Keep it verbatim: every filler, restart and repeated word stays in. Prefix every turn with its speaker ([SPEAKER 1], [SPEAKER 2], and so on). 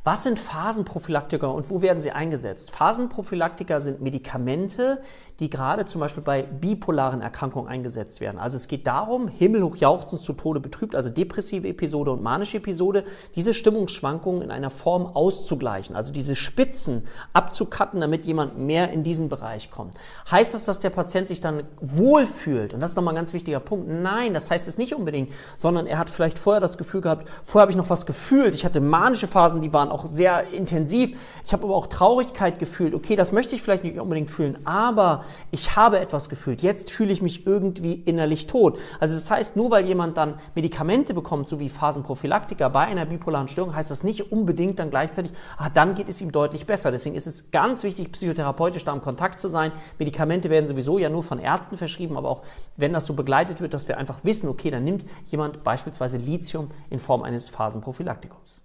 [SPEAKER 1] Was sind Phasenprophylaktika und wo werden sie eingesetzt? Phasenprophylaktika sind Medikamente, die gerade zum Beispiel bei bipolaren Erkrankungen eingesetzt werden. Also es geht darum, himmelhoch jauchzend zu Tode betrübt, also depressive Episode und manische Episode, diese Stimmungsschwankungen in einer Form auszugleichen, also diese Spitzen abzukatten, damit jemand mehr in diesen Bereich kommt. Heißt das, dass der Patient sich dann wohlfühlt? Und das ist nochmal ein ganz wichtiger Punkt. Nein, das heißt es nicht unbedingt, sondern er hat vielleicht vorher das Gefühl gehabt, vorher habe ich noch was gefühlt, ich hatte manische Phasen, die waren auch sehr intensiv, ich habe aber auch Traurigkeit gefühlt, okay, das möchte ich vielleicht nicht unbedingt fühlen, aber ich habe etwas gefühlt, jetzt fühle ich mich irgendwie innerlich tot. Also das heißt, nur weil jemand dann Medikamente bekommt, so wie Phasenprophylaktika bei einer bipolaren Störung, heißt das nicht unbedingt dann gleichzeitig, ah, dann geht es ihm deutlich besser. Deswegen ist es ganz wichtig, psychotherapeutisch da im Kontakt zu sein. Medikamente werden sowieso ja nur von Ärzten verschrieben, aber auch wenn das so begleitet wird, dass wir einfach wissen, okay, dann nimmt jemand beispielsweise Lithium in Form eines Phasenprophylaktikums.